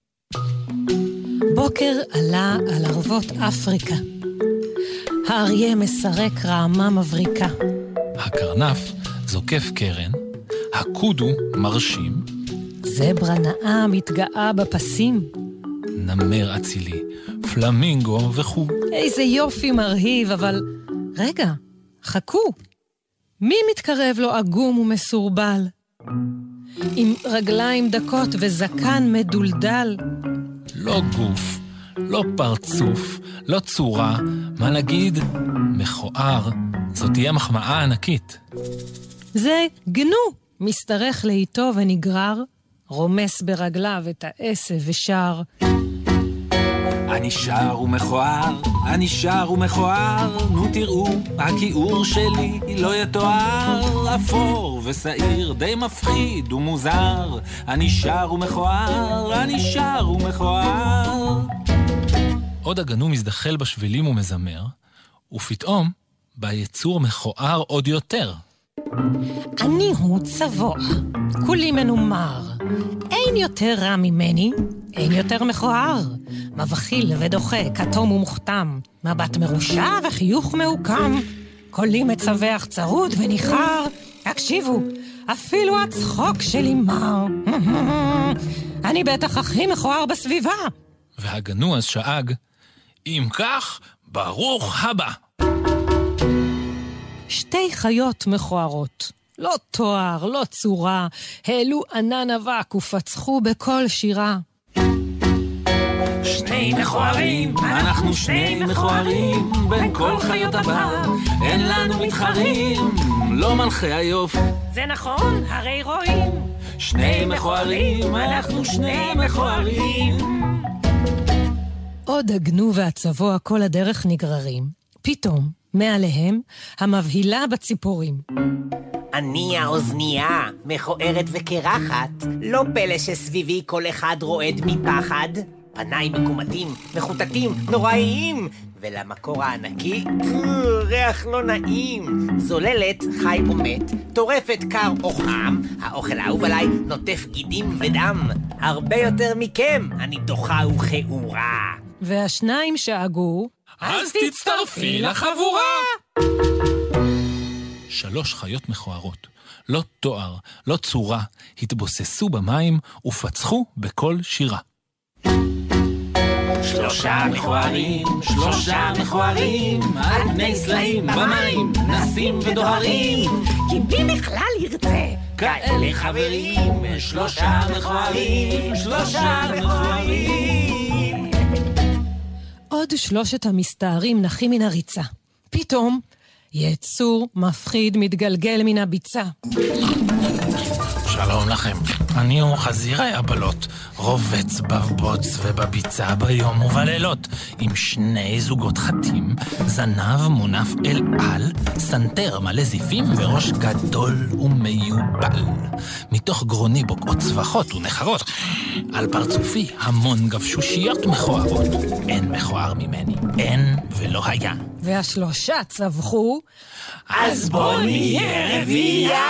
בוקר עלה על ערבות אפריקה. האריה מסרק רעמה מבריקה. הקרנף זוקף קרן, הקודו מרשים, זברה נאה מתגאה בפסים, נמר אצילי, פלמינגו וכו'. איזה יופי מרהיב, אבל רגע, חכו. מי מתקרב לו עגום ומסורבל? עם רגליים דקות וזקן מדולדל. לא גוף, לא פרצוף, לא צורה, מה נגיד? מכוער, זאת תהיה מחמאה ענקית. זה גנו, מסתרך לאיתו ונגרר, רומס ברגליו את העשב ושר. אני שר ומכוער, אני שר ומכוער, נו תראו, הכיעור שלי לא יתואר, אפור ושעיר, די מפחיד ומוזר, אני שר ומכוער, אני שר ומכוער. עוד הגנו מזדחל בשבילים ומזמר, ופתאום בא יצור מכוער עוד יותר. אני הוא צבוע, כולי מנומר, אין יותר רע ממני, אין יותר מכוער, מבחיל ודוחה, כתום ומוכתם, מבט מרושע וחיוך מעוקם, קולי מצווח צרוד וניחר, הקשיבו, אפילו הצחוק שלי מר, אני בטח הכי מכוער בסביבה. והגנו אז שאג, אם כך, ברוך הבא. שתי חיות מכוערות, לא תואר, לא צורה, העלו ענן אבק ופצחו בכל שירה. שני מכוערים, אנחנו שני מכוערים, בין כל חיות הבר, אין לנו מתחרים, לא מלכי היופי. זה נכון, הרי רואים. שני מכוערים, אנחנו שני מכוערים. עוד הגנו והצבוע כל הדרך נגררים. פתאום, מעליהם, המבהילה בציפורים. אני האוזנייה, מכוערת וקרחת, לא פלא שסביבי כל אחד רועד מפחד. פניי מקומטים, מחוטטים, נוראיים, ולמקור הענקי, ריח לא נעים. זוללת, חי או מת, טורפת קר או חם, האוכל האהוב עליי נוטף גידים ודם. הרבה יותר מכם, אני דוחה וכעורה. והשניים שאגו, אז תצטרפי לחבורה! שלוש חיות מכוערות, לא תואר, לא צורה, התבוססו במים ופצחו בכל שירה. שלושה מכוערים, שלושה מכוערים, על פני סלעים במים, נסים ודוהרים, כי מי בכלל ירצה? כאלה חברים, שלושה מכוערים, שלושה מכוערים. עוד שלושת המסתערים נחים מן הריצה. פתאום, יצור מפחיד מתגלגל מן הביצה. שלום לכם, אני הוא חזיר היבלות, רובץ בבוץ ובביצה ביום ובלילות, עם שני זוגות חתים, זנב מונף אל על, סנטר מלא זיפים וראש גדול ומיובל. מתוך גרוני בוקעות צווחות ונחרות, על פרצופי המון גבשושיות מכוערות. אין מכוער ממני, אין ולא היה. והשלושה צווחו, אז בוא נהיה רביעייה!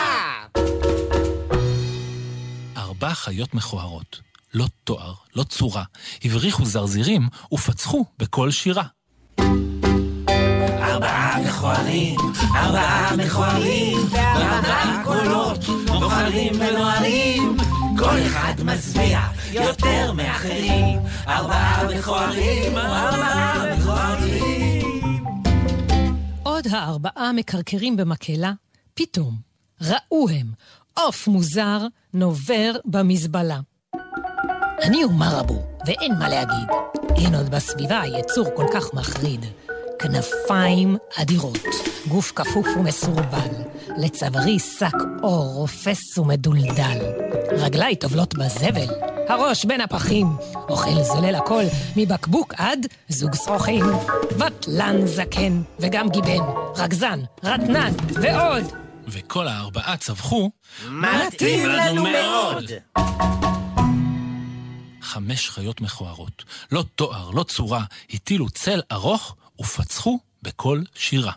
ארבע חיות מכוערות, לא תואר, לא צורה, הבריחו זרזירים ופצחו בכל שירה. ארבעה מכוערים, ארבעה מכוערים, ארבעה קולות, בוחרים ונוערים, כל אחד מזביע יותר מאחרים. ארבעה מכוערים, ארבעה מכוערים. עוד הארבעה מקרקרים במקהלה, פתאום ראו הם עוף מוזר נובר במזבלה. אני הוא מרבו, ואין מה להגיד. אין עוד בסביבה יצור כל כך מחריד. כנפיים אדירות, גוף כפוף ומסורבל, לצווארי שק אור רופס ומדולדל. רגלי טובלות בזבל, הראש בין הפחים, אוכל זולל הכל מבקבוק עד זוג שרוכים. בטלן זקן וגם גיבן, רגזן, רטנן ועוד. וכל הארבעה צווחו, מתאים לנו מאוד. חמש חיות מכוערות. לא תואר, לא צורה, הטילו צל ארוך ופצחו בכל שירה.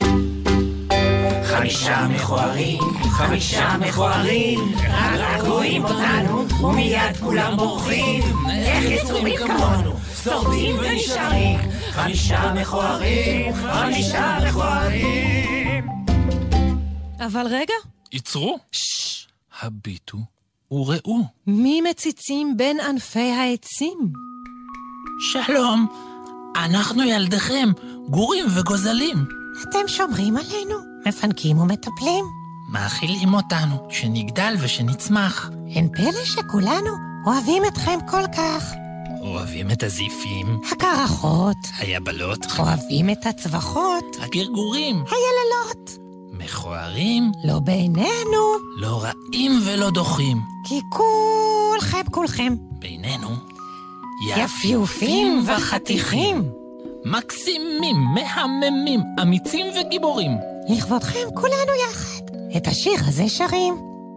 חמישה מכוערים, חמישה מכוערים, רק רואים אותנו ומיד כולם בורחים. איך יצורים כמונו, שורדים ונשארים. חמישה מכוערים, חמישה מכוערים. אבל רגע. יצרו. ששש. הביטו וראו. מי מציצים בין ענפי העצים? שלום, אנחנו ילדיכם, גורים וגוזלים. אתם שומרים עלינו, מפנקים ומטפלים. מאכילים אותנו, שנגדל ושנצמח. אין פלא שכולנו אוהבים אתכם כל כך. אוהבים את הזיפים, הקרחות, היבלות, אוהבים את הצווחות, הגרגורים, היללות. מכוערים, לא בינינו, לא רעים ולא דוחים. כי כולכם כולכם בינינו יפיופים וחתיכים, מקסימים, מהממים, אמיצים וגיבורים. לכבודכם כולנו יחד את השיר הזה שרים.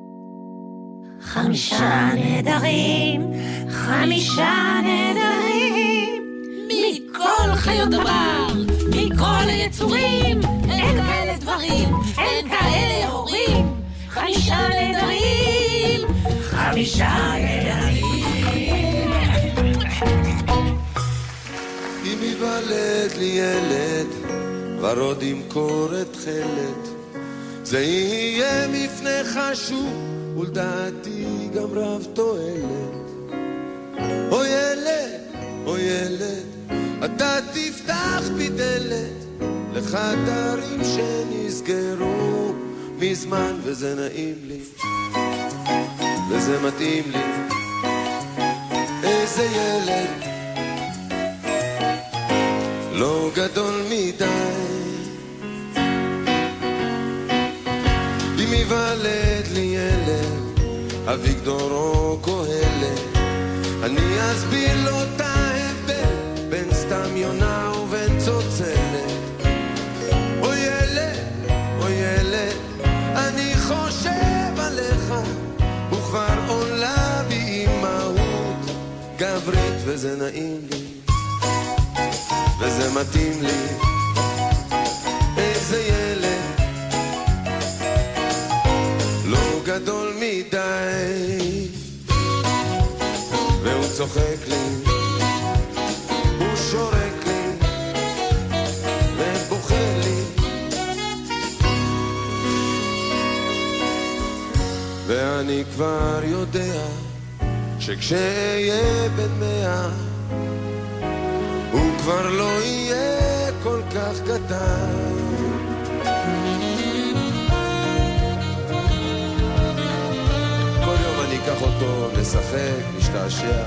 חמישה נהדרים, חמישה נהדרים, מכל חיות הבר, מכל היצורים, אין כאלה דברים, אין כאלה הורים. חמישה נהדרים, חמישה נהדרים. אם ייוולד לי ילד, ורוד ימכור את חלד, זה יהיה מפנה חשוב, ולדעתי גם רב תועלת. או ילד, או ילד, אתה תפתח בי דלת לחדרים שנסגרו מזמן, וזה נעים לי, וזה מתאים לי. איזה ילד לא גדול מדי, אם ייוולד לי ילד, אביגדור או קהלת, אני אסביר לו את ההבדל בין סתם יונה ובין צוצלת. או ילד, או ילד, אני חושב עליך, וכבר עולה בי אימהות גברית, וזה נעים לי, וזה מתאים לי. איזה ילד לא גדול מדי, והוא צוחק לי, הוא שורק לי ובוכה לי, ואני כבר יודע שכשאהיה בן מאה הוא כבר לא יהיה כל כך קטן. כל יום אני אקח אותו לשחק, להשתעשע.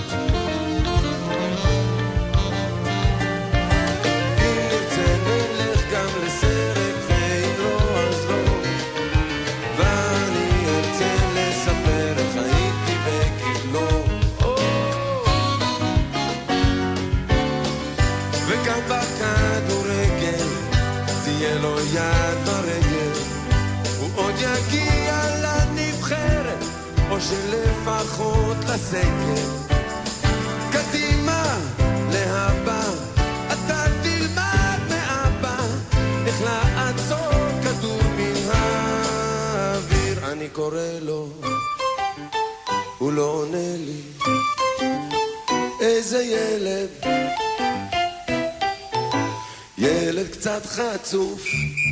אם נרצה נלך גם לסרט, ואם לא אז לא, ואני ארצה לספר איך הייתי בגילו, וגם בכדורגל תהיה לו יד ברגל, הוא עוד יגיע לנבחרת או שלפחות לסגל. קדימה להבא, אתה תלמד מאבא איך לעצור כדור מן האוויר. אני קורא לו, הוא לא עונה לי. איזה ילד, ילד קצת חצוף,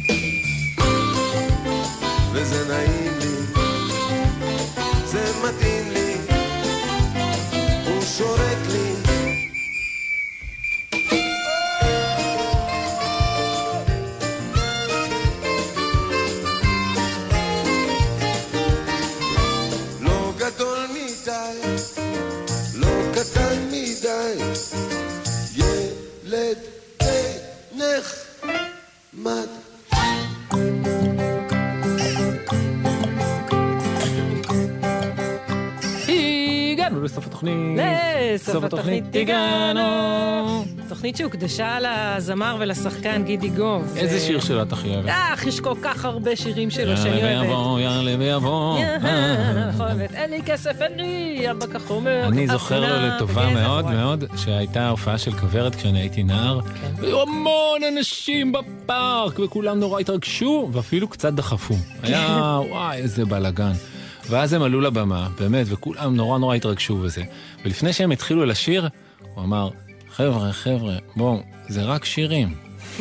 וזה נעים לי, זה מתאים לי, הוא שורק לי. לא גדול מדי, לא קטן מדי, ילד נחמד. הגענו לסוף התוכנית. לסוף התוכנית הגענו. תוכנית שהוקדשה לזמר ולשחקן גידי גוב. איזה שיר שלו את הכי אוהבת? אך, יש כל כך הרבה שירים שלו שאני אוהבת. יעלה ויבוא, יעלה ויבוא. אין לי כסף, אין לי, אבא כך אומר. אני זוכר לו לטובה מאוד מאוד שהייתה הופעה של כברת כשאני הייתי נער. והיו המון אנשים בפארק וכולם נורא התרגשו ואפילו קצת דחפו. היה וואי איזה בלגן. ואז הם עלו לבמה, באמת, וכולם נורא נורא התרגשו בזה. ולפני שהם התחילו לשיר, הוא אמר, חבר'ה, חבר'ה, בואו, זה רק שירים.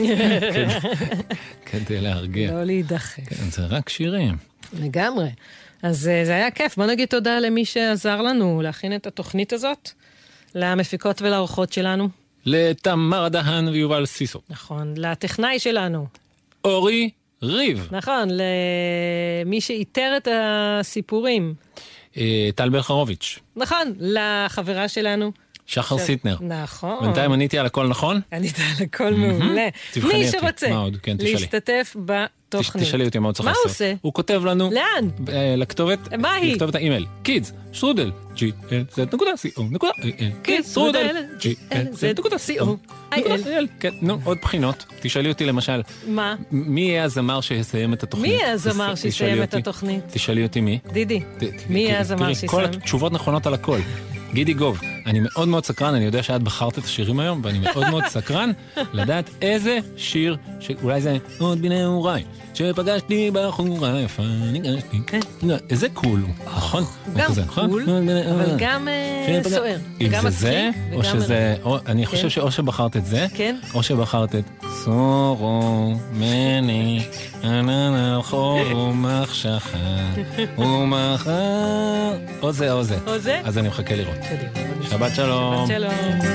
כדי להרגיע. לא להידחף. כן, זה רק שירים. לגמרי. אז זה היה כיף. בוא נגיד תודה למי שעזר לנו להכין את התוכנית הזאת, למפיקות ולאורחות שלנו. לתמר דהן ויובל סיסו. נכון, לטכנאי שלנו. אורי ריב. נכון, למי שאיתר את הסיפורים. טל בלחרוביץ'. נכון, לחברה שלנו. שחר סיטנר. נכון. בינתיים עניתי על הכל נכון? עניתי על הכל מעולה. מי שרוצה להשתתף בתוכנית. תשאלי אותי מה הוא צריך לעשות. מה הוא עושה? הוא כותב לנו. לאן? לכתובת. מה היא? לכתובת האימייל. kids, שרודל, ג'י אל זד נקודה סי או נקודה איי אל. kids, שרודל, ג'י אל זד נקודה סי או איי אל. כן, נו, עוד בחינות. תשאלי אותי למשל. מה? מי יהיה הזמר שיסיים את התוכנית? מי יהיה הזמר שיסיים את התוכנית? תשאלי אותי מי. דידי. מי יהיה הזמר שיסיים? כל התשובות נכונות על הכל. גידי גוב, אני מאוד מאוד סקרן, אני יודע שאת בחרת את השירים היום, ואני מאוד מאוד סקרן לדעת איזה שיר, שאולי זה עוד בנעוריי, שפגשתי בחורה יפה, ניגשתי, איזה קול הוא, נכון? גם קול, אבל גם סוער, גם מצחיק, או שזה, אני חושב שאו שבחרת את זה, או שבחרת את סורו מני, ענן חור ומחשכה, ומחר, או זה או זה. או זה? אז אני מחכה לראות. שבת שלום. שבת שלום.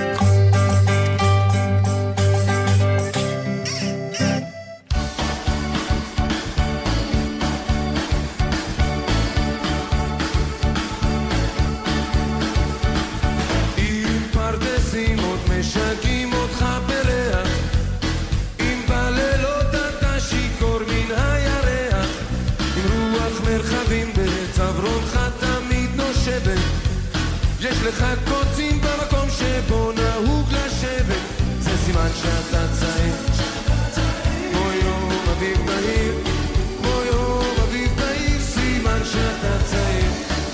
לך קוצים במקום שבו נהוג לשבת, זה סימן שאתה צעיר, כמו יום אביב בהיר, כמו יום אביב בהיר, סימן שאתה צעיר.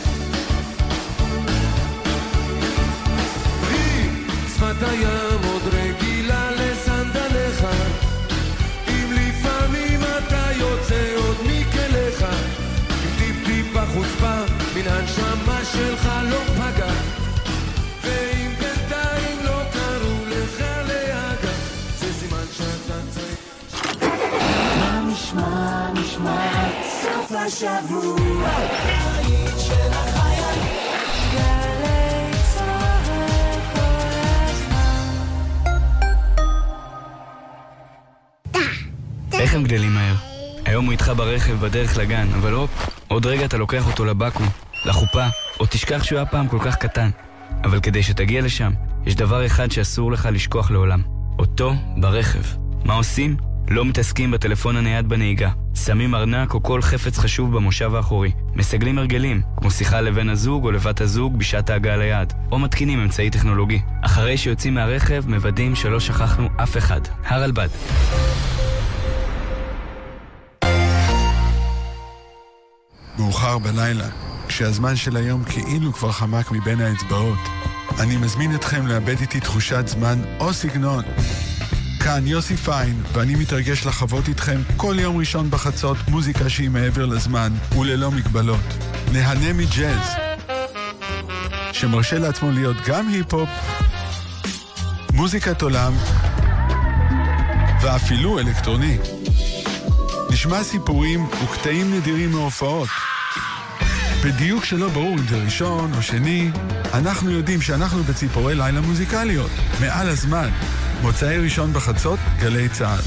היא שפת הים עוד רגילה לסנדליך, אם לפעמים אתה יוצא עוד מכליך, עם טיפ טיפ החוצפה מן הנשמה שלך לא פגע, ואם בינתיים לא קראו לך להגע, זה סימן שאתה צריך. מה נשמע, נשמע סוף השבוע היית של החייל גלי צהר כל הזמן. איך הם גדלים מהר? היום הוא איתך ברכב בדרך לגן, אבל הופ, עוד רגע אתה לוקח אותו לבקו"ם, לחופה, או תשכח שהוא היה פעם כל כך קטן. אבל כדי שתגיע לשם, יש דבר אחד שאסור לך לשכוח לעולם. אותו ברכב. מה עושים? לא מתעסקים בטלפון הנייד בנהיגה. שמים ארנק או כל חפץ חשוב במושב האחורי. מסגלים הרגלים, כמו שיחה לבן הזוג או לבת הזוג בשעת ההגעה ליעד. או מתקינים אמצעי טכנולוגי. אחרי שיוצאים מהרכב, מוודאים שלא שכחנו אף אחד. הרלב"ד. מאוחר בלילה, כשהזמן של היום כאילו כבר חמק מבין האצבעות, אני מזמין אתכם לאבד איתי תחושת זמן או סגנון. כאן יוסי פיין, ואני מתרגש לחוות איתכם כל יום ראשון בחצות מוזיקה שהיא מעבר לזמן וללא מגבלות. נהנה מג'אז, שמרשה לעצמו להיות גם היפ-הופ, מוזיקת עולם ואפילו אלקטרוני. נשמע סיפורים וקטעים נדירים מהופעות. בדיוק שלא ברור אם זה ראשון או שני, אנחנו יודעים שאנחנו בציפורי לילה מוזיקליות. מעל הזמן, מוצאי ראשון בחצות, גלי צהל.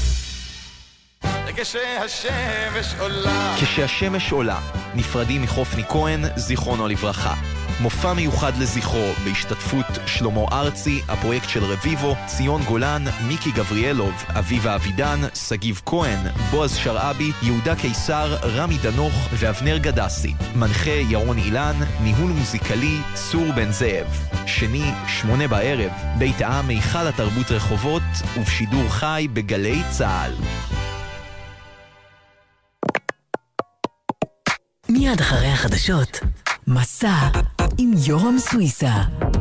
כשהשמש עולה. כשהשמש עולה, נפרדים מחופני כהן, זיכרונו לברכה. מופע מיוחד לזכרו בהשתתפות שלמה ארצי, הפרויקט של רביבו, ציון גולן, מיקי גבריאלוב, אביבה אבידן, סגיב כהן, בועז שרעבי, יהודה קיסר, רמי דנוך ואבנר גדסי. מנחה ירון אילן, ניהול מוזיקלי צור בן זאב. שני, שמונה בערב, בית העם מיכל התרבות רחובות ובשידור חי בגלי צהל. מיד אחרי החדשות, מסע עם יורם סוויסה.